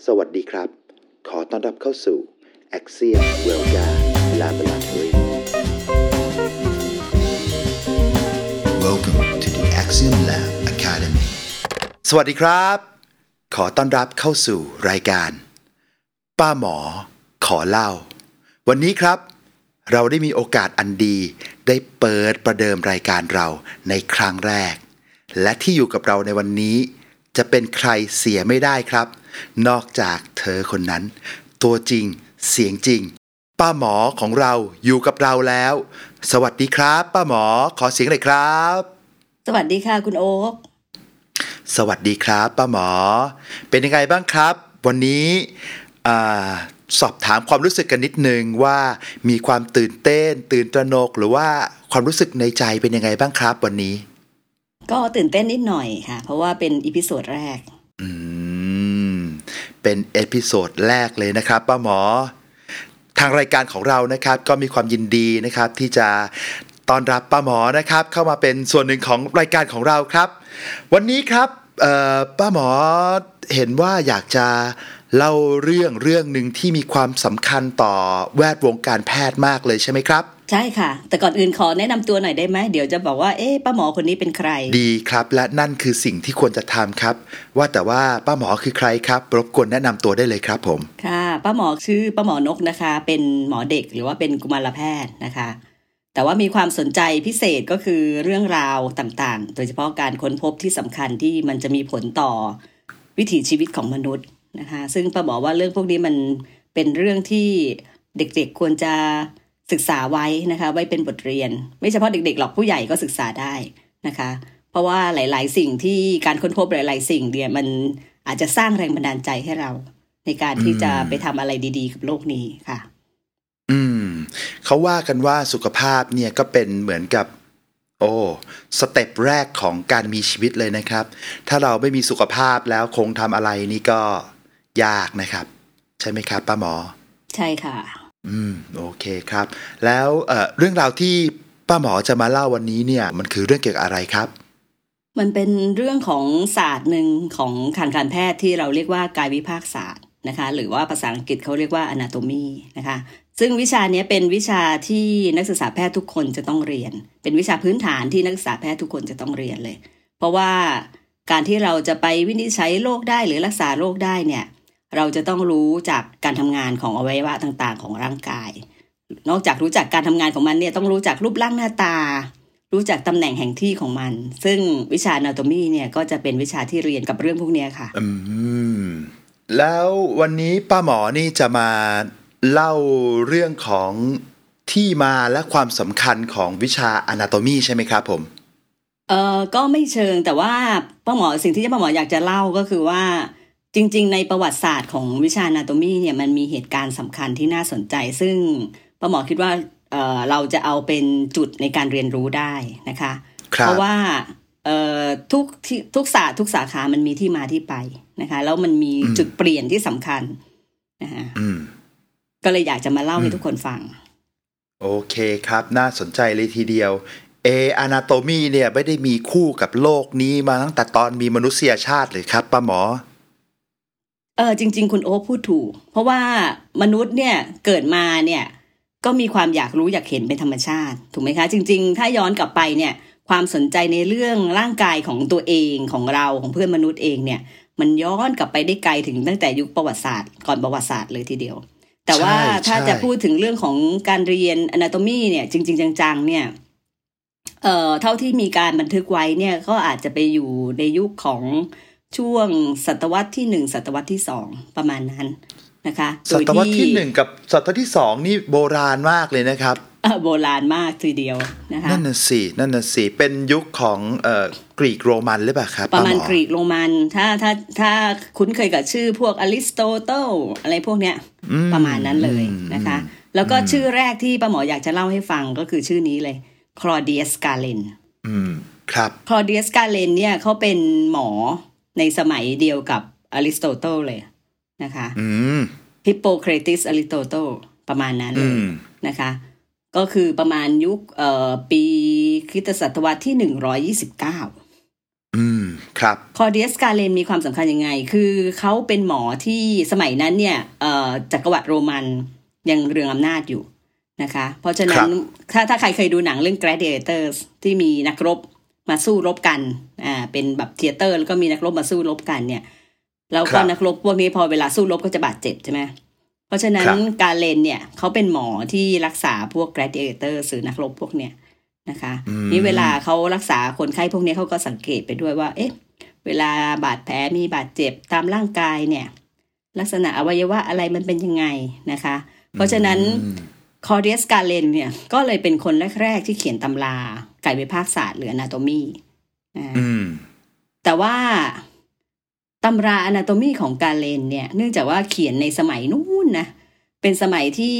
สวัสดีครับขอต้อนรับเข้าสู่ Axiom Yoga Laboratory Welcome to the Axiom Lab Academy สวัสดีครับขอต้อนรับเข้าสู่รายการป้าหมอขอเล่าวันนี้ครับเราได้มีโอกาสอันดีได้เปิดประเดิมรายการเราในครั้งแรกและที่อยู่กับเราในวันนี้จะเป็นใครเสียไม่ได้ครับนอกจากเธอคนนั้นตัวจริงเสียงจริงป้าหมอของเราอยู่กับเราแล้วสวัสดีครับป้าหมอขอเสียงหน่อยครับสวัสดีค่ะคุณโอ๊คสวัสดีครับป้าหมอเป็นยังไงบ้างครับวันนี้สอบถามความรู้สึกกันนิดนึงว่ามีความตื่นเต้นตื่นตระหนกหรือว่าความรู้สึกในใจเป็นยังไงบ้างครับวันนี้ก็ตื่นเต้นนิดหน่อยค่ะเพราะว่าเป็นอีพิโซดแรกเป็นเอพิโซดแรกเลยนะครับป้าหมอทางรายการของเรานะครับก็มีความยินดีนะครับที่จะต้อนรับป้าหมอนะครับเข้ามาเป็นส่วนหนึ่งของรายการของเราครับวันนี้ครับป้าหมอเห็นว่าอยากจะเล่าเรื่องหนึ่งที่มีความสำคัญต่อแวดวงการแพทย์มากเลยใช่ไหมครับใช่ค่ะแต่ก่อนอื่นขอแนะนำตัวหน่อยได้ไหมเดี๋ยวจะบอกว่าป้าหมอคนนี้เป็นใครดีครับและนั่นคือสิ่งที่ควรจะทำครับว่าแต่ว่าป้าหมอคือใครครับรบกวนแนะนำตัวได้เลยครับผมค่ะป้าหมอชื่อป้าหมอนกนะคะเป็นหมอเด็กหรือว่าเป็นกุมารแพทย์นะคะแต่ว่ามีความสนใจพิเศษก็คือเรื่องราวต่างๆโดยเฉพาะการค้นพบที่สำคัญที่มันจะมีผลต่อวิถีชีวิตของมนุษย์นะคะซึ่งป้าหมอว่าเรื่องพวกนี้มันเป็นเรื่องที่เด็กๆควรจะศึกษาไว้นะคะไว้เป็นบทเรียนไม่เฉพาะเด็กๆหรอกผู้ใหญ่ก็ศึกษาได้นะคะเพราะว่าหลายๆสิ่งที่การค้นพบหลายๆสิ่งเนี่ยมันอาจจะสร้างแรงบันดาลใจให้เราในการที่จะไปทำอะไรดีๆกับโลกนี้ค่ะเขาว่ากันว่าสุขภาพเนี่ยก็เป็นเหมือนกับสเต็ปแรกของการมีชีวิตเลยนะครับถ้าเราไม่มีสุขภาพแล้วคงทำอะไรนี่ก็ยากนะครับใช่ไหมครับป้าหมอใช่ค่ะโอเคครับแล้วเรื่องราวที่ป้าหมอจะมาเล่าวันนี้เนี่ยมันคือเรื่องเกี่ยวกับอะไรครับมันเป็นเรื่องของศาสตร์หนึ่งของทางการแพทย์ที่เราเรียกว่ากายวิภาคศาสตร์นะคะหรือว่าภาษาอังกฤษเขาเรียกว่า anatomy นะคะซึ่งวิชานี้เป็นวิชาที่นักศึกษาแพทย์ทุกคนจะต้องเรียนเป็นวิชาพื้นฐานที่นักศึกษาแพทย์ทุกคนจะต้องเรียนเลยเพราะว่าการที่เราจะไปวินิจฉัยโรคได้หรือรักษาโรคได้เนี่ยเราจะต้องรู้จากการทำงานของอวัยวะต่างๆของร่างกายนอกจากรู้จักการทำงานของมันเนี่ยต้องรู้จักรูปร่างหน้าตารู้จักตำแหน่งแห่งที่ของมันซึ่งวิชา anatomy เนี่ยก็จะเป็นวิชาที่เรียนกับเรื่องพวกนี้ค่ะแล้ววันนี้ป้าหมอนี่จะมาเล่าเรื่องของที่มาและความสำคัญของวิชา anatomy ใช่ไหมครับผมก็ไม่เชิงแต่ว่าป้าหมอสิ่งที่ป้าหมออยากจะเล่าก็คือว่าจริงๆในประวัติศาสตร์ของวิชา anatomy เนี่ยมันมีเหตุการณ์สำคัญที่น่าสนใจซึ่งป้าหมอคิดว่าเราจะเอาเป็นจุดในการเรียนรู้ได้นะคะเพราะว่าทุกศาสตร์ทุกสาขามันมีที่มาที่ไปนะคะแล้วมันมีจุดเปลี่ยนที่สำคัญนะคะก็เลยอยากจะมาเล่าให้ทุกคนฟังโอเคครับน่าสนใจเลยทีเดียวanatomy เนี่ยไม่ได้มีคู่กับโลกนี้มาตั้งแต่ตอนมีมนุษยชาติเลยครับป้าหมอจริงๆคุณโอ๊คพูดถูกเพราะว่ามนุษย์เนี่ยเกิดมาเนี่ยก็มีความอยากรู้อยากเห็นเป็นธรรมชาติถูกไหมคะจริงๆถ้าย้อนกลับไปเนี่ยความสนใจในเรื่องร่างกายของตัวเองของเราของเพื่อนมนุษย์เองเนี่ยมันย้อนกลับไปได้ไกลถึงตั้งแต่ยุคประวัติศาสตร์ก่อนประวัติศาสตร์เลยทีเดียวแต่ว่าถ้าจะพูดถึงเรื่องของการเรียน anatomy เนี่ยจริงๆจังๆเนี่ยเท่าที่มีการบันทึกไว้เนี่ยก็อาจจะไปอยู่ในยุคของช่วงศตวรรษที่1ศตวรรษที่2ประมาณนั้นนะคะศตวรรษที่1กับศตวรรษที่2นี่โบราณมากเลยนะครับโบราณมากทีเดียวนะคะนั่นน่ะสิเป็นยุคของกรีกโรมันหรือเปล่าครับประมาณกรีกโรมันถ้าคุ้นเคยกับชื่อพวกอริสโตเติลอะไรพวกเนี้ยประมาณนั้นเลยนะคะแล้วก็ชื่อแรกที่ป้าหมออยากจะเล่าให้ฟังก็คือชื่อนี้เลยคลอเดียสกาเลนครับคลอเดียสกาเลนเนี่ยเขาเป็นหมอในสมัยเดียวกับอริสโตเติลเลยนะคะฮิปโปเครติสอริสโตเติลประมาณนั้นเลยนะคะก็คือประมาณยุคปีคริสตศตวรรษที่129 ครับคอร์เดียสกาเลนมีความสำคัญยังไงคือเขาเป็นหมอที่สมัยนั้นเนี่ยจักรวรรดิโรมันยังเรืองอำนาจอยู่นะคะเพราะฉะนั้นถ้าใครเคยดูหนังเรื่อง Gladiators ที่มีนักรบมาสู้รบกันเป็นแบบเธียเตอร์แล้วก็มีนักรบมาสู้รบกันเนี่ยแล้วก็นักรบพวกนี้พอเวลาสู้รบก็จะบาดเจ็บใช่ไหมเพราะฉะนั้นกาเลนเนี่ยเขาเป็นหมอที่รักษาพวก Gladiators หรือนักรบพวกเนี้ยนะคะนี่เวลาเขารักษาคนไข้พวกนี้เขาก็สังเกตไปด้วยว่าเอ๊ะเวลาบาดแผลมีบาดเจ็บตามร่างกายเนี่ยลักษณะอวัยวะอะไรมันเป็นยังไงนะคะเพราะฉะนั้นคอร์เดียสกาเลนเนี่ยก็เลยเป็นคนแรกๆที่เขียนตำรากายวิภาคศาสตร์หรือ anatomy แต่ว่าตำรา anatomy ของกาเลนเนี่ยเนื่องจากว่าเขียนในสมัยนู้นนะเป็นสมัยที่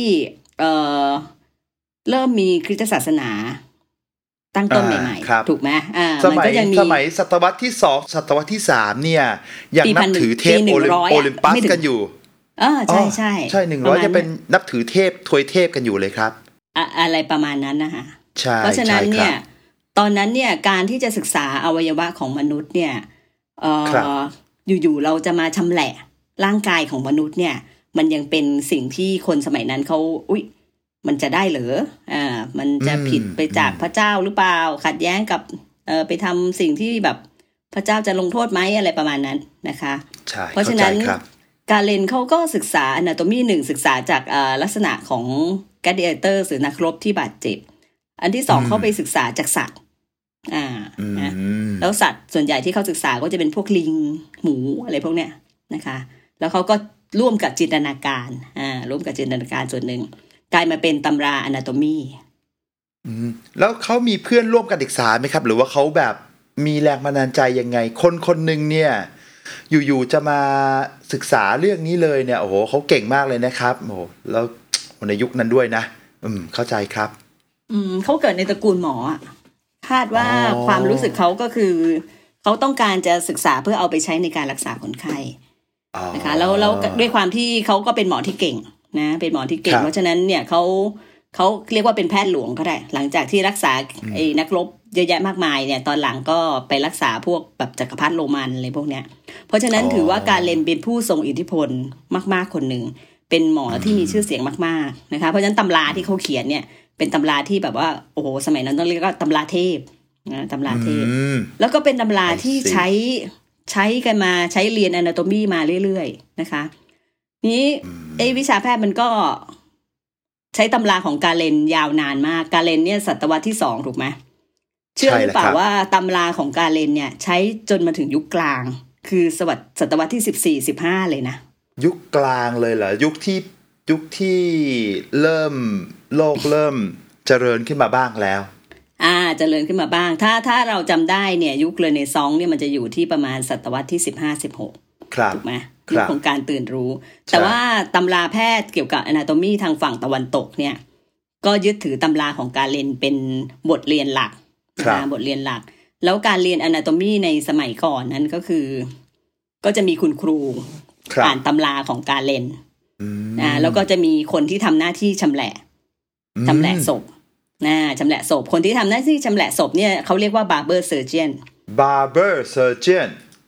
เริ่มมีคริสตศาสนาตั้งต้นใหม่ๆถูกไหมมันก็ยังมีสมัยศตวรรษที่2ศตวรรษที่3เนี่ยยังนับถือเทพโอลิมปัสกันอยู่ใช่ใช่ใช่100จะเป็นนับถือเทพทวยเทพกันอยู่เลยครับอะไรประมาณนั้นนะคะใช่เพราะฉะนั้นเนี่ยตอนนั้นเนี่ยการที่จะศึกษาอวัยวะของมนุษย์เนี่ยอยู่ๆเราจะมาชำแหละร่างกายของมนุษย์เนี่ยมันยังเป็นสิ่งที่คนสมัยนั้นเขามันจะได้เหรอมันจะผิดไปจากพระเจ้าหรือเปล่าขัดแย้งกับไปทำสิ่งที่แบบพระเจ้าจะลงโทษไหมอะไรประมาณนั้นนะคะเพราะฉะนั้นกาเลนเขาก็ศึกษา anatomy 1ศึกษาจากลักษณะของ gladiator หรือนักรบที่บาดเจ็บอันที่2เขาไปศึกษาจากสัตว์นะแล้วสัตว์ส่วนใหญ่ที่เขาศึกษาก็จะเป็นพวกลิงหมูอะไรพวกเนี้ยนะคะแล้วเขาก็ร่วมกับจินตนาการร่วมกับจินตนาการส่วนหนึ่งกลายมาเป็นตำรา anatomy แล้วเขามีเพื่อนร่วมกันศึกษาไหมครับหรือว่าเขาแบบมีแรงบันดาลใจยังไงคนหนึ่งเนี่ยอยู่ๆจะมาศึกษาเรื่องนี้เลยเนี่ยโอ้โหเขาเก่งมากเลยนะครับโอ้โหแล้วในยุคนั้นด้วยนะเข้าใจครับเขาเกิดในตระกูลหมอคาดว่าความรู้สึกเขาก็คือเขาต้องการจะศึกษาเพื่อเอาไปใช้ในการรักษาคนไข้นะคะแล้วด้วยความที่เขาก็เป็นหมอที่เก่งนะเป็นหมอที่เก่งเพราะฉะนั้นเนี่ยเขาเรียกว่าเป็นแพทย์หลวงก็ได้หลังจากที่รักษาไอ้นักรบเยอะแยะมากมายเนี่ยตอนหลังก็ไปรักษาพวกแบบจักรพรรดิโรมันอะไรพวกเนี้ยเพราะฉะนั้นถือว่าการเลนเป็นผู้ทรงอิทธิพลมากๆคนหนึ่งเป็นหมอที่มีชื่อเสียงมากๆนะคะเพราะฉะนั้นตำราที่เขาเขียนเนี่ยเป็นตำราที่แบบว่าโอ้โหสมัยนั้นต้องเรียกว่าตำราเทพนะตำราเทพแล้วก็เป็นตำราที่ใช้กันมาใช้เรียน anatomy มาเรื่อยๆนะคะนี้วิชาแพทย์มันก็ใช้ตำราของกาเลนยาวนานมากกาเลนเนี่ยศตวรรษที่2ถูกไหมเชื่อหรือเปล่าว่าตำราของกาเลนเนี่ยใช้จนมาถึงยุคกลางคือศตวรรษที่14-15เลยนะยุคกลางเลยเหรอยุคที่เริ่มเจริญขึ้นมาบ้างแล้วเจริญขึ้นมาบ้างถ้าเราจำได้เนี่ยยุคเรเนซองส์เนี่ยมันจะอยู่ที่ประมาณศตวรรษที่15-16ถูกไหมยุคของการตื่นรู้แต่ว่าตำราแพทย์เกี่ยวกับ anatomy ทางฝั่งตะวันตกเนี่ยก็ยึดถือตำราของกาเลนเป็นบทเรียนหลักบทเรียนหลักแล้วการเรียน anatomy ในสมัยก่อนนั้นก็คือก็จะมีคุณครูอ่านตำราของกาเลนแล้วก็จะมีคนที่ทำหน้าที่ชำแหละศพชำแหละศพคนที่ทำหน้าที่ชำแหละศพเนี่ยเขาเรียกว่า barber surgeon barber surgeon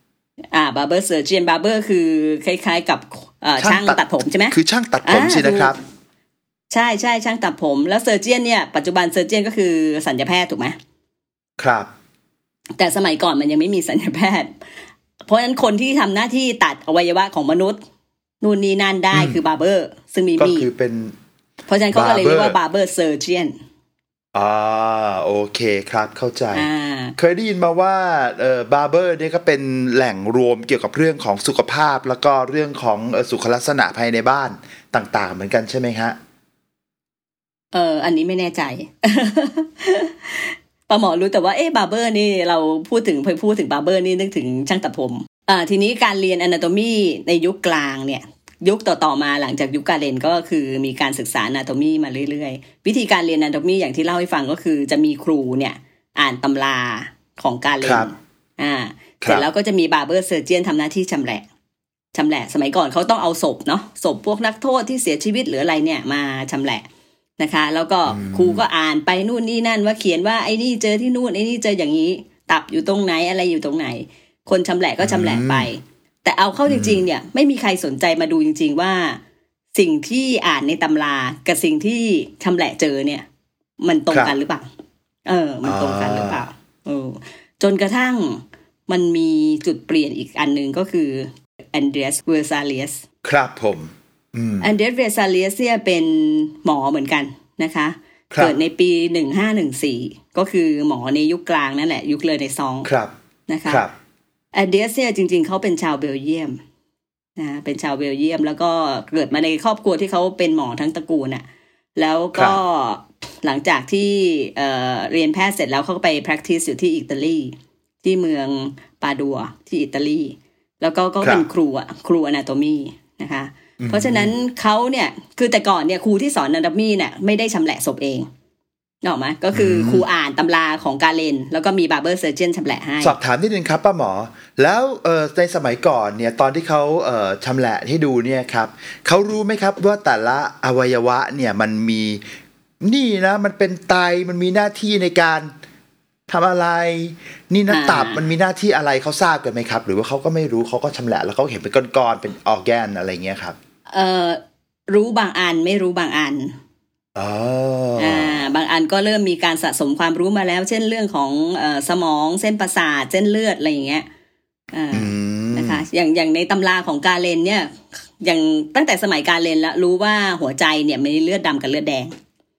barber คือคล้ายๆกับช่างตัดผมใช่ไหมคือช่างตัดผมใช่นะครับใช่ช่างตัดผมแล้ว surgeon เนี่ยปัจจุบัน surgeon ก็คือศัลยแพทย์ถูกไหมครับแต่สมัยก่อนมันยังไม่มีศัลยแพทย์เพราะฉะนั้นคนที่ทำหน้าที่ตัดอวัยวะของมนุษย์นู่นนี่นั่นได้คือ barber ซึ่งมีก็คือเป็นเพราะฉะนั้นเขาก็เลยเรียกว่า barber surgeon โอเคครับเข้าใจเคยได้ยินมาว่าบาร์เบอร์เนี่ยก็เป็นแหล่งรวมเกี่ยวกับเรื่องของสุขภาพแล้วก็เรื่องของสุขลักษณะภายในบ้านต่างๆเหมือนกันใช่ไหมฮะอันนี้ไม่แน่ใจ ป้าหมอรู้แต่ว่าบาร์เบอร์นี่เราพูดถึงบาร์เบอร์นี่นึกถึงช่างตัดผมทีนี้การเรียน anatomy ในยุคกลางเนี่ยยุคต่อๆมาหลังจากยุคกาเลนก็คือมีการศึกษา anatomy มาเรื่อยๆวิธีการเรียน anatomy อย่างที่เล่าให้ฟังก็คือจะมีครูเนี่ยอ่านตำราของกาเลนเสร็จแล้วก็จะมี barber surgeon ทำหน้าที่ชำแหละสมัยก่อนเขาต้องเอาศพเนาะศพพวกนักโทษที่เสียชีวิตหรืออะไรเนี่ยมาชำแหละนะคะแล้วก็ครูก็อ่านไปนู่นนี่นั่นว่าเขียนว่าไอ้นี่เจอที่นู่นไอ้นี่เจออย่างนี้ตับอยู่ตรงไหนอะไรอยู่ตรงไหนคนชำแหละก็ชำแหละไปแต่เอาเข้าจริงๆเนี่ยไม่มีใครสนใจมาดูจริงๆว่าสิ่งที่อ่านในตำรากับสิ่งที่ชำแหละเจอเนี่ยมันตรงกันหรือเปล่ามันตรงกันหรือเปล่าจนกระทั่งมันมีจุดเปลี่ยนอีกอันนึงก็คือแอนเดรียสเวอร์ซาเลียสครับผมแอนเดรียสเวอร์ซาเลียสเนี่ยเป็นหมอเหมือนกันนะคะเกิดในปี1514ก็คือหมอในยุคกลางนั่นแหละยุคเรเนซองส์นะคะแอนเดรียสเนี่ยจริงๆเขาเป็นชาวเบลเยียมนะเป็นชาวเบลเยียมแล้วก็เกิดมาในครอบครัวที่เขาเป็นหมอทั้งตระกูลน่ะแล้วก็หลังจากที่เรียนแพทย์เสร็จแล้วเขาก็ไป practice อยู่ที่อิตาลีที่เมืองปาดัวที่อิตาลีแล้วก็เป็นครูอนาโตมีนะคะเพราะฉะนั้นเขาเนี่ยคือแต่ก่อนเนี่ยครูที่สอนอนาโตมีเนี่ยไม่ได้ชำแหละศพเองเนาะมั้ยก็คือครูอ่านตำราของกาเลนแล้วก็มีบาร์เบอร์เซอร์เจนชำแหละให้สอบถามนิดนึงครับป้าหมอแล้วในสมัยก่อนเนี่ยตอนที่เขาชำแหละให้ดูเนี่ยครับเขารู้ไหมครับว่าแต่ละอวัยวะเนี่ยมันมีนี่นะมันเป็นไตมันมีหน้าที่ในการทำอะไรนี่นะตับมันมีหน้าที่อะไรเขาทราบกันไหมครับหรือว่าเขาก็ไม่รู้เขาก็ชำแหละแล้วเขาเห็นเป็นก้อนๆเป็นออร์แกนอะไรเงี้ยครับรู้บางอันไม่รู้บางอันบางอันก็เริ่มมีการสะสมความรู้มาแล้วเช่นเรื่องของสมองเส้นประสาทเส้นเลือดอะไรอย่างเงี้ยนะคะอย่างในตำราของกาเลนเนี่ยอย่างตั้งแต่สมัยกาเลนแล้วรู้ว่าหัวใจเนี่ยมีเลือดดำกับเลือดแดง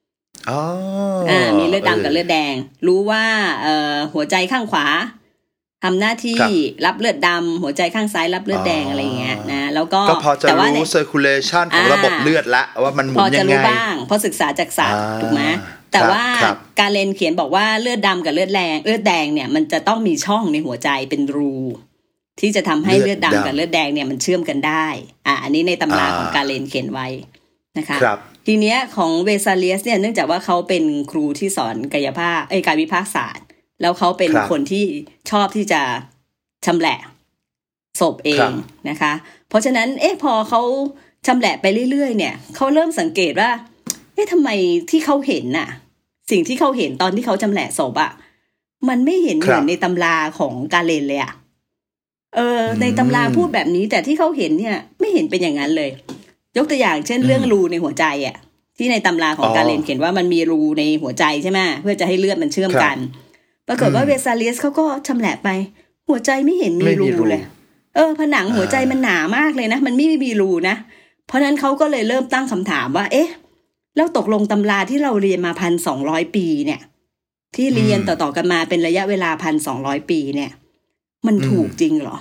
มีเลือดดำกับเลือดแดงรู้ว่าหัวใจข้างขวาทำหน้าที่รับเลือดดำหัวใจข้างซ้ายรับเลือดแดงอะไรอย่างเงี้ยนะแล้วก็พอจะรู้ circulation ของระบบเลือดละว่ามันหมุนยังไงพอจะรู้บ้างเพราะศึกษาจากศาสตร์ถูกไหมแต่ว่าการเลนเขียนบอกว่าเลือดดำกับเลือดแดงเนี่ยมันจะต้องมีช่องในหัวใจเป็นรูที่จะทำให้เลือดดำกับเลือดแดงเนี่ยมันเชื่อมกันได้อันนี้ในตำราของการเลนเขียนไว้นะคะทีเนี้ยของเวซาเลียสเนี่ยเนื่องจากว่าเขาเป็นครูที่สอนกายวิภาคศาสตร์แล้วเขาเป็นคนที่ชอบที่จะชำแหละศพเองนะคะเพราะฉะนั้นพอเขาชำแหละไปเรื่อยๆเนี่ยเขาเริ่มสังเกตว่าทำไมที่เขาเห็นน่ะสิ่งที่เขาเห็นตอนที่เขาชำแหละศพอ่ะมันไม่เห็นเหมือนในตำราของกาเลนเลยอ่ะในตำราพูดแบบนี้แต่ที่เขาเห็นเนี่ยไม่เห็นเป็นอย่างนั้นเลยยกตัวอย่างเช่นเรื่องรูในหัวใจอ่ะที่ในตำราของกาเลนเขียนว่ามันมีรูในหัวใจใช่ไหมเพื่อจะให้เลือดมันเชื่อมกันปรากฏว่าเวซาเลียสเขาก็ชำแหละไปหัวใจไม่เห็นมีรูเลยผนังหัวใจมันหนามากเลยนะมันไม่มีรูนะเพราะนั้นเขาก็เลยเริ่มตั้งคำถามว่าแล้วตกลงตำราที่เราเรียนมา 1,200 ปีเนี่ยที่เรียนต่อๆกันมาเป็นระยะเวลา 1,200 ปีเนี่ยมันถูกจริงเหรอ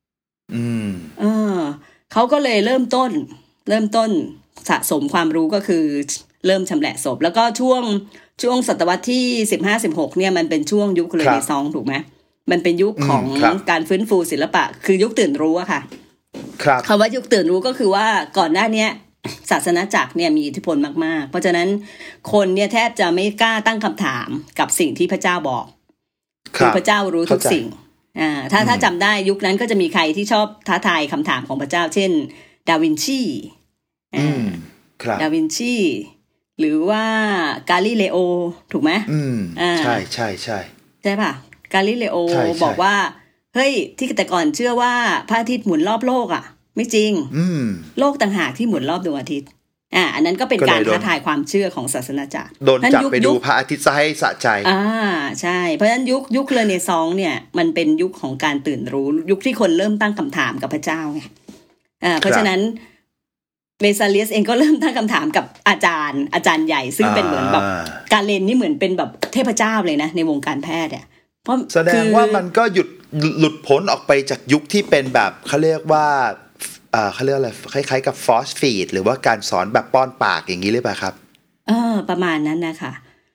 เขาก็เลยเริ่มต้นสะสมความรู้ก็คือเริ่มชำแหละศพแล้วก็ช่วงศตวรรษที่15-16เนี่ยมันเป็นช่วงยุคเรเนซองส์ถูกไหมมันเป็นยุคของการฟื้นฟูศิลปะคือยุคตื่นรู้อะค่ะคำว่ายุคตื่นรู้ก็คือว่าก่อนหน้านี้ศาสนาจักรเนี่ยมีอิทธิพลมากๆเพราะฉะนั้นคนเนี่ยแทบจะไม่กล้าตั้งคำถามกับสิ่งที่พระเจ้าบอกคือพระเจ้ารู้ทุกสิ่งถ้าจำได้ยุคนั้นก็จะมีใครที่ชอบท้าทายคำถามของพระเจ้าเช่นดาวินชีหรือว่ากาลิเลโอถูกไหมใช่ป่ะกาลิเลโอบอกว่าเฮ้ยที่แต่ก่อนเชื่อว่าพระอาทิตย์หมุนรอบโลกอ่ะไม่จริงโลกต่างหากที่หมุนรอบดวงอาทิตย์อันนั้นก็เป็นการท้าทายความเชื่อของศาสนาจักรโดนจับไปดูพระอาทิตย์ซะให้สะใจใช่เพราะฉะนั้นยุคเรเนซองส์เนี่ยมันเป็นยุคของการตื่นรู้ยุคที่คนเริ่มตั้งคำถามกับพระเจ้าไงเพราะฉะนั้นเวซาเลียสเองก็เริ่มตั้งคำถามกับอาจารย์ใหญ่ซึ่งเป็นเหมือนแบบกาเลนนี่เหมือนเป็นแบบเทพเจ้าเลยนะในวงการแพทย์เนี่ยเพราะแสดงว่ามันก็หลุดพ้นออกไปจากยุคที่เป็นแบบเขาเรียกว่าเขาเรียกอะไรคล้ายๆกับฟอสฟีดหรือว่าการสอนแบบป้อนปากอย่างนี้หรือเปล่าครับประมาณนั้นนะคะ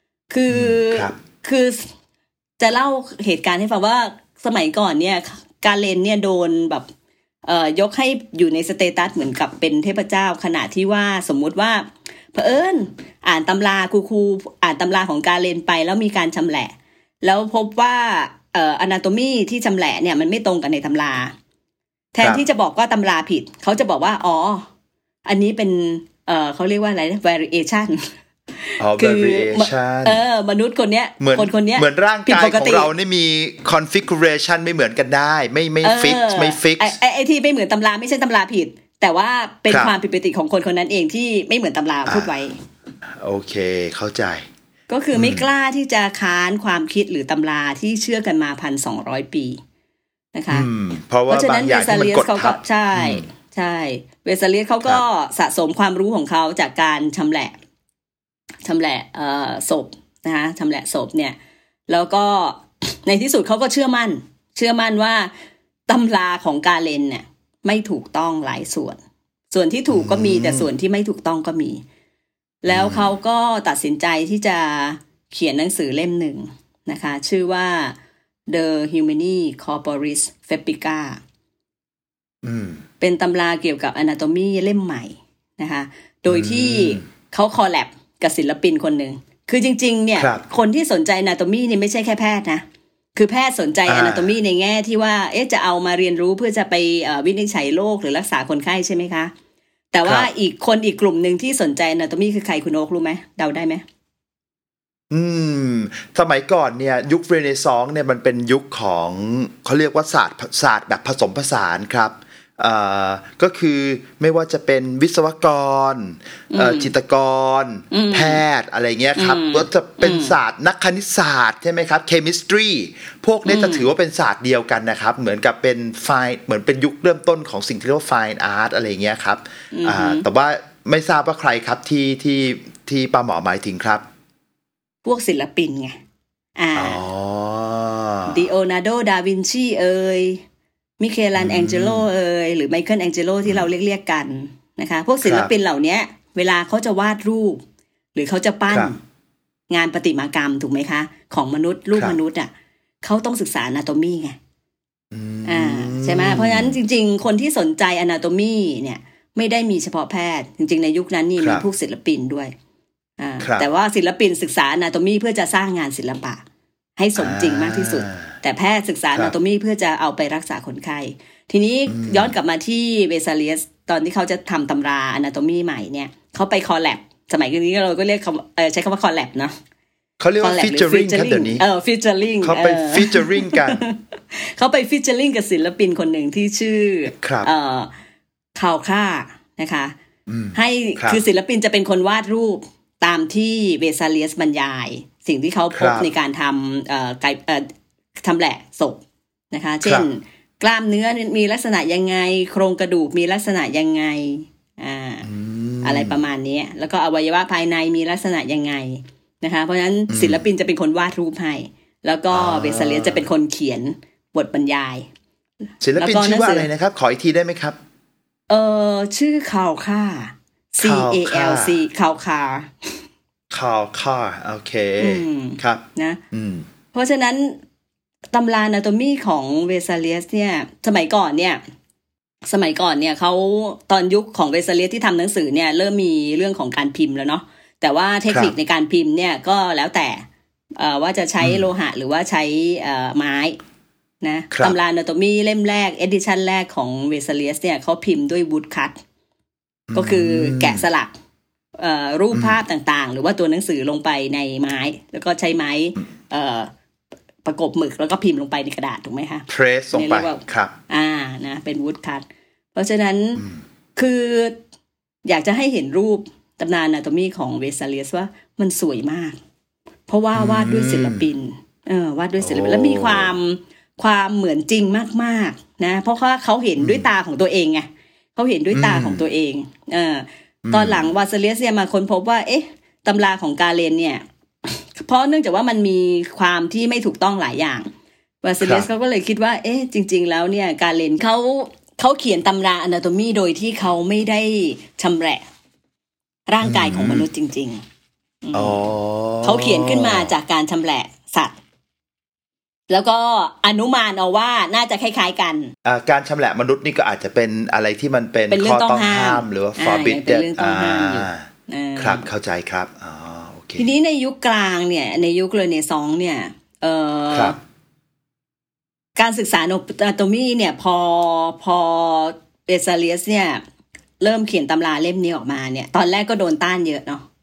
คือจะเล่าเหตุการณ์ให้ฟังว่าสมัยก่อนเนี่ยกาเลนเนี่ยโดนแบบยกให้อยู่ในสเตตัสเหมือนกับเป็นเทพเจ้าขณะที่ว่าสมมุติว่าเผอิญอ่านตำราครูอ่านตำราของกาเลนไปแล้วมีการชำแหละแล้วพบว่าอนาโตมีที่ชำแหละเนี่ยมันไม่ตรงกันในตำราแทนที่จะบอกว่าตำราผิดเขาจะบอกว่าอันนี้เป็นเขาเรียกว่าอะไร variation variation มนุษย์คนเนี้ยคนเนี้ยเหมือนร่างกายของเรานี่มี configuration ไม่เหมือนกันได้ไม่ fix ไม่ fix ไอ้ที่ไม่เหมือนตำราไม่ใช่ตำราผิดแต่ว่าเป็นความผิดปกติของคนนั้นเองที่ไม่เหมือนตำราพูดไว้โอเคเข้าใจก็คือไม่กล้าที่จะค้านความคิดหรือตำราที่เชื่อกันมา 1,200 ปีนะคะเพราะว่าบางอย่างที่มันกดทับใช่เวซาเลียสเขาก็สะสมความรู้ของเขาจากการชำแหละศพนะคะชำแหละศพเนี่ยแล้วก็ในที่สุดเขาก็เชื่อมั่นว่าตำราของกาเลนเนี่ยไม่ถูกต้องหลายส่วนที่ถูกก็มีแต่ส่วนที่ไม่ถูกต้องก็มีแล้วเขาก็ตัดสินใจที่จะเขียนหนังสือเล่มหนึ่งนะคะชื่อว่า The Humani Corporis Fabrica เป็นตำราเกี่ยวกับ Anatomy เล่มใหม่นะคะโดยที่เขาคอลแลบกับศิลปินคนหนึ่งคือจริงๆเนี่ยคนที่สนใจ Anatomy นี่ไม่ใช่แค่แพทย์นะคือแพทย์สนใจ Anatomy ในแง่ที่ว่าจะเอามาเรียนรู้เพื่อจะไปวินิจฉัยโรคหรือรักษาคนไข้ใช่ไหมคะแต่ว่าอีกกลุ่มหนึ่งที่สนใจ Anatomy คือใครคุณโอ๊ครู้ไหมเดาได้ไหมสมัยก่อนเนี่ยยุคเรเนซองส์เนี่ยมันเป็นยุคของเขาเรียกว่าศาสตร์แบบผสมผสานครับก็คือไม่ว่าจะเป็นวิศวกรจิตรกรแพทย์อะไรเงี้ยครับก็จะเป็นศาสตร์นักคณิตศาสตร์ใช่ไหมครับ chemistry พวกนี้จะถือว่าเป็นศาสตร์เดียวกันนะครับเหมือนกับเป็นเหมือนเป็นยุคเริ่มต้นของสิ่งที่เรียกว่า fine art อะไรเงี้ยครับแต่ว่าไม่ทราบว่าใครครับที่ป้าหมอหมายถึงครับพวกศิลปินไงดิโอนาร์โด ดาวินชีมิเคลันแองเจโลหรือไมเคิลแองเจโลที่เราเรียกกันนะคะพวกศิลปินเหล่านี้เวลาเขาจะวาดรูปหรือเขาจะปั้นงานประติมากรรมถูกไหมคะของมนุษย์รูปมนุษย์เขาต้องศึกษา Anatomy ไงใช่ไหมเพราะฉะนั้นจริงๆคนที่สนใจ Anatomy เนี่ยไม่ได้มีเฉพาะแพทย์จริงๆในยุคนั้นนี่มีพวกศิลปินด้วยแต่ว่าศิลปินศึกษา Anatomy เพื่อจะสร้างงานศิลปะให้สมจริงมากที่สุดแต่แพทย์ศึกษา Anatomy เพื่อจะเอาไปรักษาคนไข้ทีนี้ย้อนกลับมาที่เวซาเลียสตอนที่เขาจะทำตำรา Anatomy ใหม่เนี่ยเขาไปคอลแลบสมัยนี้เราก็เรียกใช้คำว่าคอลแลบเนาะเขาเรียกว่า featuring ครับเดี๋ยวนี้ featuring เขาไป featuring กันเขาไป featuring กับศิลปินคนหนึ่งที่ชื่อคาวค่านะคะให้คือศิลปินจะเป็นคนวาดรูปตามที่เวซาเลียสบรรยายสิ่งที่เขาพบในการทำแหละศพนะคะเช่นกล้ามเนื้อมีลักษณะยังไงโครงกระดูกมีลักษณะยังไงอะไรประมาณนี้แล้วก็อวัยวะภายในมีลักษณะยังไงนะคะเพราะฉะนั้นศิลปินจะเป็นคนวาดรูปให้แล้วก็เวซาเลียสจะเป็นคนเขียนบทบรรยายศิลปินชื่อว่าอะไรนะครับขออีกทีได้ไหมครับชื่อคาวค่า CALC คาวค่าโอเคครับนะเพราะฉะนั้นตำรา Anatomy ของเวซาเลียสเนี่ยสมัยก่อนเนี่ยเขาตอนยุคของเวซาเลียสที่ทำหนังสือเนี่ยเริ่มมีเรื่องของการพิมพ์แล้วเนาะแต่ว่าเทคนิคในการพิมพ์เนี่ยก็แล้วแต่ว่าจะใช้โลหะหรือว่าใช้ไม้นะตำรา Anatomy เล่มแรก edition แรกของเวซาเลียสเนี่ยเขาพิมพ์ด้วย wood cut ก็คือแกะสลักรูปภาพต่างๆหรือว่าตัวหนังสือลงไปในไม้แล้วก็ใช้ไม้ประกบหมึกแล้วก็พิมพ์ลงไปในกระดาษถูกไหมคะเพรสลงไปครับนะเป็น wood cut เพราะฉะนั้นคืออยากจะให้เห็นรูปตำนาน Anatomy ของเวซาเลียสว่ามันสวยมากเพราะว่าวาดด้วยศิลปินวาดด้วยศิลปินแล้วมีความเหมือนจริงมากๆนะเพราะว่าเขาเห็นด้วยตาของตัวเองไงเขาเห็นด้วยตาของตัวเองตอนหลังวาซาเลียสเนี่ยมาค้นพบว่าตำราของกาเลนเนี่ยเพราะเนื่องจากว่ามันมีความที่ไม่ถูกต้องหลายอย่างวาซาเลียสเขาก็เลยคิดว่าจริงๆแล้วเนี่ยกาเลนเขาเขียนตำรา Anatomy โดยที่เขาไม่ได้ชำแหละร่างกายของมนุษย์จริงๆเขาเขียนขึ้นมาจากการชำแหละสัตว์แล้วก็อนุมานเอาว่าน่าจะคล้ายๆกันการชำแหละมนุษย์นี่ก็อาจจะเป็นอะไรที่มันเป็นข้อต้องห้ามหรือว่า forbidden ครับเข้าใจครับโอเคทีนี้ในยุคกลางเนี่ยในยุคเรเนซองส์เนี่ยการศึกษา Anatomy เนี่ยพอเวซาเลียสเนี่ยเริ่มเขียนตำราเล่มนี้ออกมาเนี่ยตอนแรกก็โดนต้านเยอะเนาะ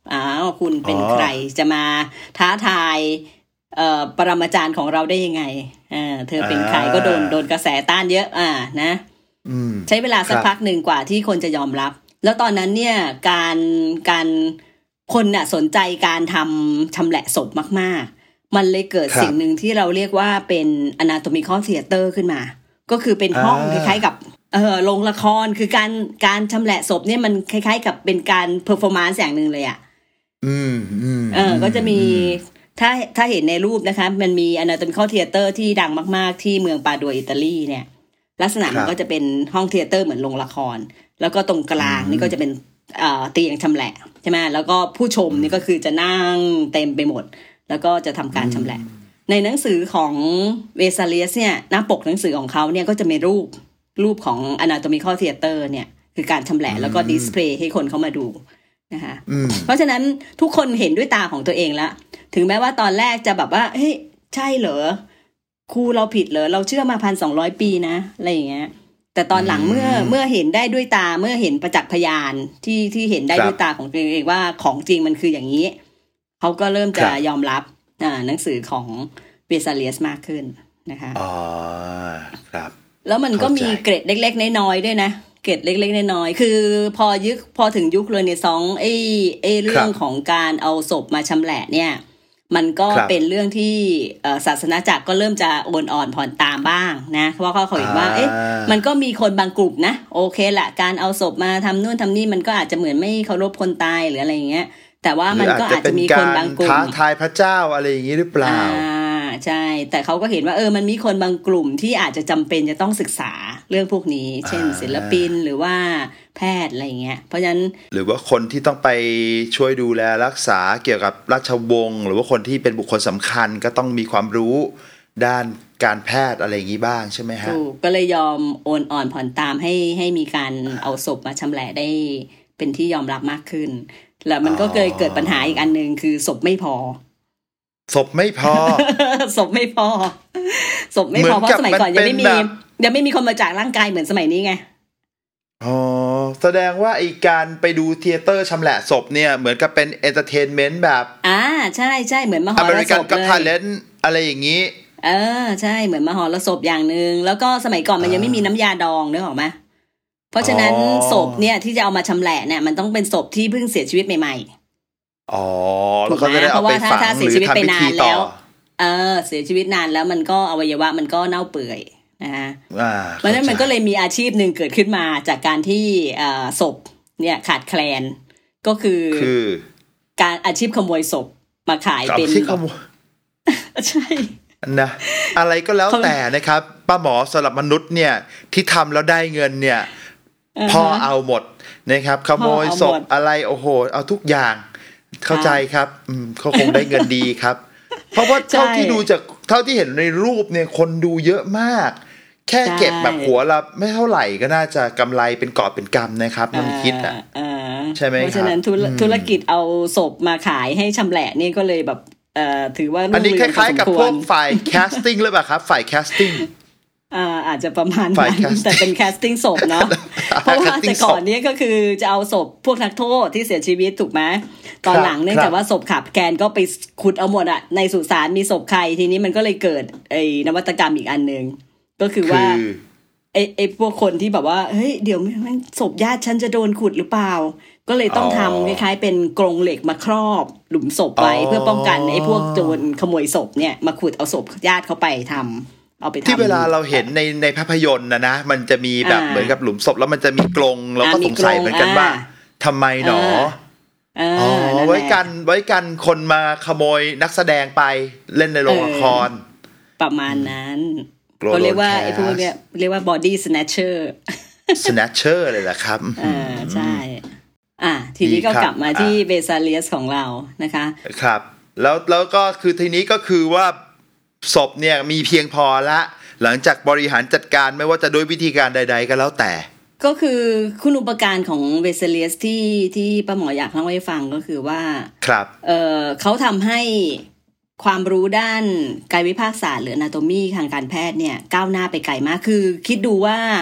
คุณเป็นใครจะมาท้าทายปรมาจารย์ของเราได้ยังไงเธอเป็นใครก็โดนกระแสต้านเยอะนะใช้เวลาสักพักหนึ่งกว่าที่คนจะยอมรับแล้วตอนนั้นเนี่ยการคนน่ะสนใจการชำแหละศพมากๆมันเลยเกิดสิ่งหนึ่งที่เราเรียกว่าเป็น anatomical theater ขึ้นมาก็คือเป็นห้องคล้ายๆกับโรงละครคือการชำแหละศพเนี่ยมันคล้ายๆกับเป็นการ performance อย่างนึงเลยอ่ะก็จะมีถ้าเห็นในรูปนะคะมันมี anatomical theater ที่ดังมากๆที่เมืองปาดัวอิตาลีเนี่ยลักษณะมันก็จะเป็นห้องเธียเตอร์เหมือนโรงละครแล้วก็ตรงกลางนี่ก็จะเป็นเตียงชำแหละใช่ไหมแล้วก็ผู้ชมนี่ก็คือจะนั่งเต็มไปหมดแล้วก็จะทำการชำแหละในหนังสือของเวซาเลียสเนี่ยหน้าปกหนังสือของเขาเนี่ยก็จะมีรูปของ anatomical theater เนี่ยคือการชำแหละแล้วก็ดิสเพลย์ให้คนเข้ามาดูนะคะเพราะฉะนั้นทุกคนเห็นด้วยตาของตัวเองแล้วถึงแม้ว่าตอนแรกจะแบบว่าเฮ้ยใช่เหรอครูเราผิดเหรอเราเชื่อมา 1,200 ปีนะอะไรอย่างเงี้ยแต่ตอนหลังเมื่อเห็นได้ด้วยตาเมื่อเห็นประจักษ์พยานที่เห็นได้ด้วยตาของตัวเองว่าของจริงมันคืออย่างนี้เขาก็เริ่มจะยอมรับหนังสือของเวซาเลียสมากขึ้นนะคะครับแล้วมันก็มีเกร็ดเล็กๆน้อยๆด้วยนะเกร็ดเล็กๆน้อยๆคือพอถึงยุคเรเนซองส์เรื่องของการเอาศพมาชำแหละเนี่ยมันก็เป็นเรื่องที่ศาสนาจักรก็เริ่มจะโอนอ่อนผ่อนตามบ้างนะเพราะเขาเห็นว่ามันก็มีคนบางกลุ่มนะโอเคแหละการเอาศพมาทำนู่นทำนี่มันก็อาจจะเหมือนไม่เคารพคนตายหรืออะไรอย่างเงี้ยแต่ว่ามันก็อาจจะมีคนบางกลุ่มท้าทายพระเจ้าอะไรอย่างนี้หรือเปล่าใช่แต่เขาก็เห็นว่ามันมีคนบางกลุ่มที่อาจจะจำเป็นจะต้องศึกษาเรื่องพวกนี้เช่นศิลปินหรือว่าแพทย์อะไรเงี้ยเพราะฉะนั้นหรือว่าคนที่ต้องไปช่วยดูแลรักษาเกี่ยวกับราชวงศ์หรือว่าคนที่เป็นบุคคลสำคัญก็ต้องมีความรู้ด้านการแพทย์อะไรอย่างนี้บ้างใช่ไหมฮะถูกก็เลยยอมโอนอ่อนผ่อนตามให้มีการเอาศพมาชำแหละได้เป็นที่ยอมรับมากขึ้นแล้วมันก็เกิดปัญหาอีกอันนึงคือศพไม่พอศพไม่พอศพไม่พอเพราะสมัยก่อนยังไม่มีคนมาจากร่างกายเหมือนสมัยนี้ไงแสดงว่าไอ้การไปดูเธียเตอร์ชำแหละศพเนี่ยเหมือนกับเป็นเอนเตอร์เทนเมนต์แบบใช่เหมือนมหรสพเลย American Got Talent อะไรอย่างนี้ใช่เหมือนมหรสพอย่างนึงแล้วก็สมัยก่อนมันยังไม่มีน้ำยาดองนึกออกไหมเพราะฉะนั้นศพเนี่ยที่จะเอามาชำแหละเนี่ยมันต้องเป็นศพที่เพิ่งเสียชีวิตใหม่ๆแล้วก็จะได้เอาไปฝังหรือทำพิธีต่อเสียชีวิตนานแล้วมันก็อวัยวะมันก็เน่าเปื่อยนะคะเพราะฉะนั้นมันก็เลยมีอาชีพหนึ่งเกิดขึ้นมาจากการที่ศพเนี่ยขาดแคลนก็คือการอาชีพขโมยศพมาขายเป็นใช่นะอะไรก็แล้วแต่นะครับป้าหมอสำหรับมนุษย์เนี่ยที่ทำแล้วได้เงินเนี่ยพ่อเอาหมดนะครับขโมยศพอะไรโอ้โหเอาทุกอย่างเข้าใจครับเขาคงได้เงินดีครับเพราะว่าเท่าที่เห็นในรูปเนี่ยคนดูเยอะมากแค่เก็บแบบหัวละไม่เท่าไหร่ก็น่าจะกำไรเป็นกอบเป็นกำนะครับมันคิดใช่ไหมครับเพราะฉะนั้นธุรกิจเอาศพมาขายให้ชำแหละนี่ก็เลยแบบถือว่าอันนี้คล้ายๆกับพวกฝ่ายแคสติ้งหรือเปล่าครับฝ่ายแคสติ้งอาจจะประมาณนั้นแต่เป็นแคสติ้งศพเนาะเพราะว่าแต่ก่อนนี้ก็คือจะเอาศพพวกนักโทษที่เสียชีวิตถูกไหมตอนหลังเนื่องจากว่าศพขาดแคลนก็ไปขุดเอาหมดอะในสุสานมีศพใครทีนี้มันก็เลยเกิดไอ้นวัตกรรมอีกอันนึงก็คือว่าไอ้พวกคนที่แบบว่าเฮ้ยเดี๋ยวมันศพญาติฉันจะโดนขุดหรือเปล่าก็เลยต้องทำคล้ายๆเป็นกรงเหล็กมาครอบหลุมศพไว้เพื่อป้องกันไอ้พวกโจรขโมยศพเนี่ยมาขุดเอาศพญาติเขาไปทำเอาไปทำที่เวลาเราเห็นในภาพยนตร์นะมันจะมีแบบเหมือนกับหลุมศพแล้วมันจะมีกรงแล้วก็สงสัยเหมือนกันว่าทำไมหนอไว้กันคนมาขโมยนักแสดงไปเล่นในโรงละครประมาณนั้นก็เรียกว่าไอ้พวกเนี้ยเรียกว่า body snatcher snatcher เลยแหละครับใช่ทีนี้ก็กลับมาที่เวซาเลียสของเรานะคะครับแล้วก็คือทีนี้ก็คือว่าศพเนี่ยมีเพียงพอละหลังจากบริหารจัดการไม่ว่าจะด้วยวิธีการใดๆก็แล้วแต่ก็คือคุณอุปการของเวซาเลียสที่ป้าหมออยากเล่าให้ฟังก็คือว่าครับเขาทำให้ความรู้ด้านกายวิภาคศาสตร์หรือ anatomy ทางการแพทย์เนี่ยก้าวหน้าไปไกลมากคือคิดดูว่า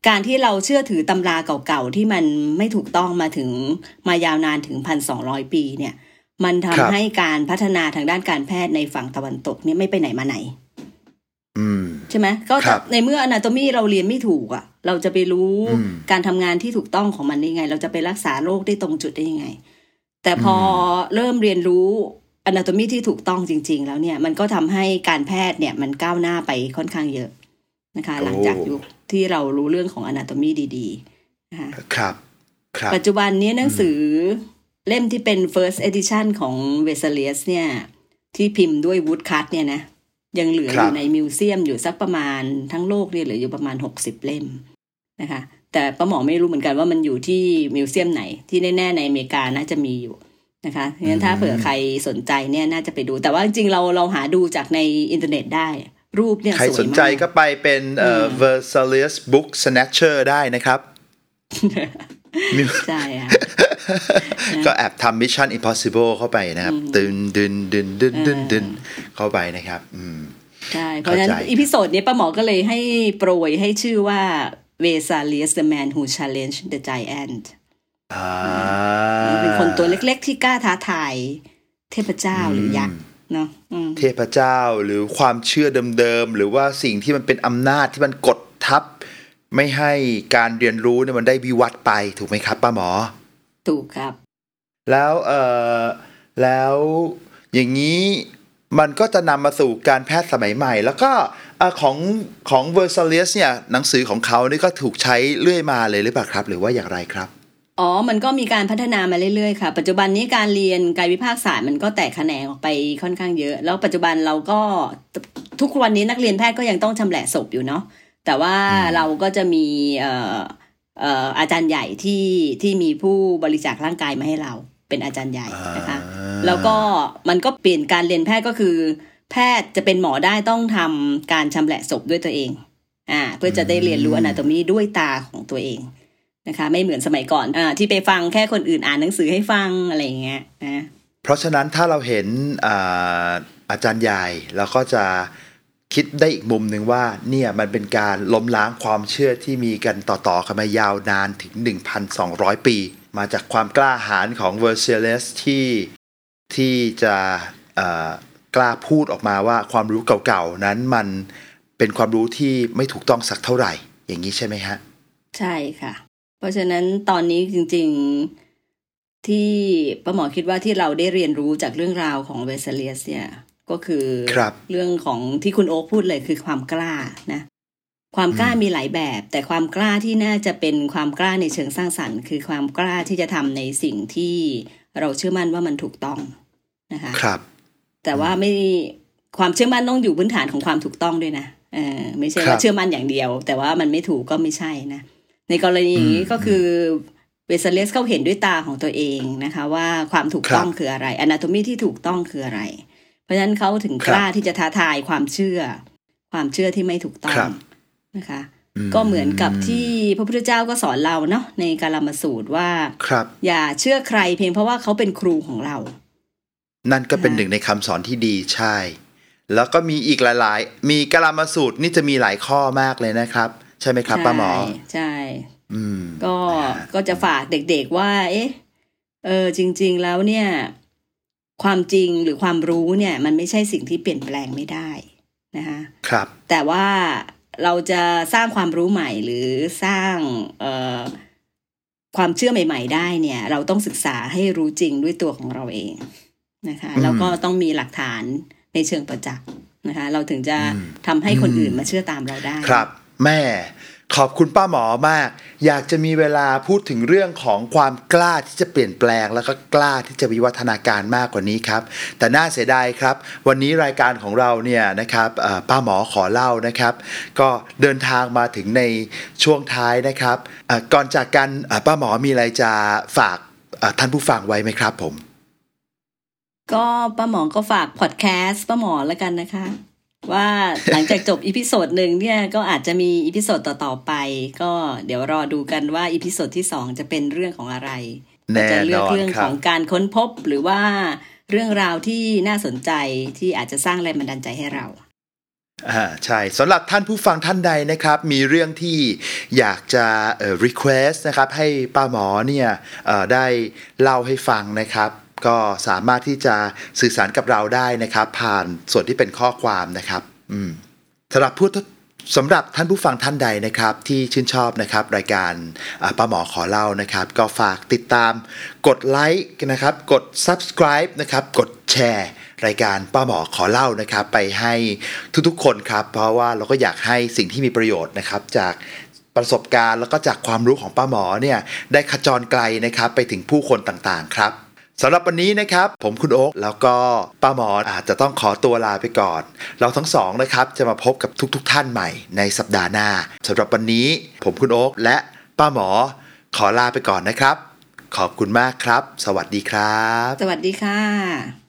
การที่เราเชื่อถือตำราเก่าๆที่มันไม่ถูกต้องมายาวนานถึง 1,200 ปีเนี่ยมันทำให้การพัฒนาทางด้านการแพทย์ในฝั่งตะวันตกเนี่ยไม่ไปไหนมาไหนใช่ไหมก็ในเมื่อ anatomy เราเรียนไม่ถูกอ่ะเราจะไปรู้การทำงานที่ถูกต้องของมันได้ยังไงเราจะไปรักษาโรคได้ตรงจุดได้ยังไงแต่พอเริ่มเรียนรู้ anatomy ที่ถูกต้องจริงๆแล้วเนี่ยมันก็ทำให้การแพทย์เนี่ยมันก้าวหน้าไปค่อนข้างเยอะนะคะหลังจากยุคที่เรารู้เรื่องของ anatomy ดีๆนะคะครับปัจจุบันนี้หนังสือเล่มที่เป็น first edition ของ Vesalius เนี่ยที่พิมพ์ด้วย woodcut เนี่ยนะยังเหลืออยู่ในมิวเซียมอยู่สักประมาณทั้งโลกเนี่ยเหลืออยู่ประมาณ60เล่มนะคะแต่ป้าหมอไม่รู้เหมือนกันว่ามันอยู่ที่มิวเซียมไหนที่แน่ๆในอเมริกาน่าจะมีอยู่นะคะงั้นถ้าเผื่อใครสนใจเนี่ยน่าจะไปดูแต่ว่าจริงๆเราหาดูจากในอินเทอร์เน็ตได้รูปเนี่ยสวยมากใครสนใจก็ไปเป็นVesalius Book Snatcher ได้นะครับใช่ค่ะก็แอบทำ Mission Impossible เข้าไปนะครับดึนเข้าไปนะครับใช่เพราะฉะนั้นอีพิโซดนี้ป้าหมอก็เลยให้โปรยให้ชื่อว่า Vesalius the man who challenged the giant เป็นคนตัวเล็กๆที่กล้าท้าทายเทพเจ้าหรือยักษ์เนาะเทพเจ้าหรือความเชื่อเดิมๆหรือว่าสิ่งที่มันเป็นอำนาจที่มันกดทับไม่ให้การเรียนรู้เนี่ยมันได้วิวัฒน์ไปถูกไหมครับป้าหมอถูกครับแล้วอย่างนี้มันก็จะนำมาสู่การแพทย์สมัยใหม่แล้วก็ของ Vesalius เนี่ยหนังสือของเขานี่ก็ถูกใช้เรื่อยมาเลยหรือเปล่าครับหรือว่าอย่างไรครับมันก็มีการพัฒนามาเรื่อยๆค่ะปัจจุบันนี้การเรียนกายวิภาคศาสตร์มันก็แตกแขนงออกไปค่อนข้างเยอะแล้วปัจจุบันเราก็ทุกวันนี้นักเรียนแพทย์ก็ยังต้องชำแหละศพอยู่เนาะแต่ว่าเราก็จะมีอาจารย์ใหญ่ที่มีผู้บริจาคร่างกายมาให้เราเป็นอาจารย์ใหญ่นะคะแล้วก็มันก็เปลี่ยนการเรียนแพทย์ก็คือแพทย์จะเป็นหมอได้ต้องทำการชำแหละศพด้วยตัวเองเพื่อจะได้เรียนรู้ anatomy ด้วยตาของตัวเองนะคะไม่เหมือนสมัยก่อนที่ไปฟังแค่คนอื่นอ่านหนังสือให้ฟังอะไรอย่างเงี้ยนะเพราะฉะนั้นถ้าเราเห็นอาจารย์ใหญ่เราก็จะคิดได้อีกมุมหนึ่งว่าเนี่ยมันเป็นการล้มล้างความเชื่อที่มีกันต่อๆกันมายาวนานถึง 1,200 ปีมาจากความกล้าหาญของ Vesalius ที่จะกล้าพูดออกมาว่าความรู้เก่าๆนั้นมันเป็นความรู้ที่ไม่ถูกต้องสักเท่าไหร่อย่างนี้ใช่ไหมฮะใช่ค่ะเพราะฉะนั้นตอนนี้จริงๆที่ป้าหมอคิดว่าที่เราได้เรียนรู้จากเรื่องราวของ Vesalius เนี่ยก็คือเรื่องของที่คุณโอ๊คพูดเลยคือความกล้านะความกล้ามีหลายแบบแต่ความกล้าที่น่าจะเป็นความกล้าในเชิงสร้างสรรค์คือความกล้าที่จะทำในสิ่งที่เราเชื่อมั่นว่ามันถูกต้องนะคะครับแต่ว่าไม่ความเชื่อมั่นต้องอยู่พื้นฐานของความถูกต้องด้วยนะไม่ใช่ว่าเชื่อมั่นอย่างเดียวแต่ว่ามันไม่ถูกก็ไม่ใช่นะในกรณีอย่างนี้ก็คือVesaliusเขาเห็นด้วยตาของตัวเองนะคะว่าความถูกต้องคืออะไร anatomy ที่ถูกต้องคืออะไรเพราะฉะนั้นเขาถึงกล้าที่จะท้าทายความเชื่อที่ไม่ถูกต้องนะคะก็เหมือนกับที่พระพุทธเจ้าก็สอนเราเนาะในกาลามสูตรว่าอย่าเชื่อใครเพียงเพราะว่าเขาเป็นครูของเรานั่นก็เป็นหนึ่งในคำสอนที่ดีใช่แล้วก็มีอีกหลายๆมีกาลามสูตรนี่จะมีหลายข้อมากเลยนะครับใช่ไหมครับป้าหมอใช่ก็จะฝากเด็กๆว่าจริงๆแล้วเนี่ยความจริงหรือความรู้เนี่ยมันไม่ใช่สิ่งที่เปลี่ยนแปลงไม่ได้นะคะครับแต่ว่าเราจะสร้างความรู้ใหม่หรือสร้างความเชื่อใหม่ๆได้เนี่ยเราต้องศึกษาให้รู้จริงด้วยตัวของเราเองนะคะแล้วก็ต้องมีหลักฐานในเชิงประจักษ์นะคะเราถึงจะทำให้คนอื่นมาเชื่อตามเราได้ครับแม่ขอบคุณป้าหมอมากอยากจะมีเวลาพูดถึงเรื่องของความกล้าที่จะเปลี่ยนแปลงแล้วก็กล้าที่จะวิวัฒนาการมากกว่านี้ครับแต่น่าเสียดายครับวันนี้รายการของเราเนี่ยนะครับป้าหมอขอเล่านะครับก็เดินทางมาถึงในช่วงท้ายนะครับก่อนจากกันป้าหมอมีอะไรจะฝากท่านผู้ฟังไว้ไหมครับผมก็ป้าหมอก็ฝากพอดแคสต์ป้าหมอแล้วกันนะคะว่าหลังจากจบอีพิโซดหนึ่งเนี่ยก็อาจจะมีอีพิโซดต่อๆไปก็เดี๋ยวรอดูกันว่าอีพิโซดที่2จะเป็นเรื่องของอะไรจะเลือกเรื่องของการค้นพบหรือว่าเรื่องราวที่น่าสนใจที่อาจจะสร้างแรงบันดาลใจให้เราใช่สำหรับท่านผู้ฟังท่านใดนะครับมีเรื่องที่อยากจะrequest นะครับให้ป้าหมอเนี่ยได้เล่าให้ฟังนะครับก็สามารถที่จะสื่อสารกับเราได้นะครับผ่านส่วนที่เป็นข้อความนะครับสำหรับท่านผู้ฟังท่านใดนะครับที่ชื่นชอบนะครับรายการป้าหมอขอเล่านะครับก็ฝากติดตามกดไลค์นะครับกด subscribe นะครับกดแชร์รายการป้าหมอขอเล่านะครับไปให้ทุกๆคนครับเพราะว่าเราก็อยากให้สิ่งที่มีประโยชน์นะครับจากประสบการณ์แล้วก็จากความรู้ของป้าหมอเนี่ยได้ขจรไกลนะครับไปถึงผู้คนต่างๆครับสำหรับวันนี้นะครับผมคุณโอ๊คแล้วก็ป้าหมออาจจะต้องขอตัวลาไปก่อนเราทั้งสองนะครับจะมาพบกับทุกท่านใหม่ในสัปดาห์หน้าสำหรับวันนี้ผมคุณโอ๊คและป้าหมอขอลาไปก่อนนะครับขอบคุณมากครับสวัสดีครับสวัสดีค่ะ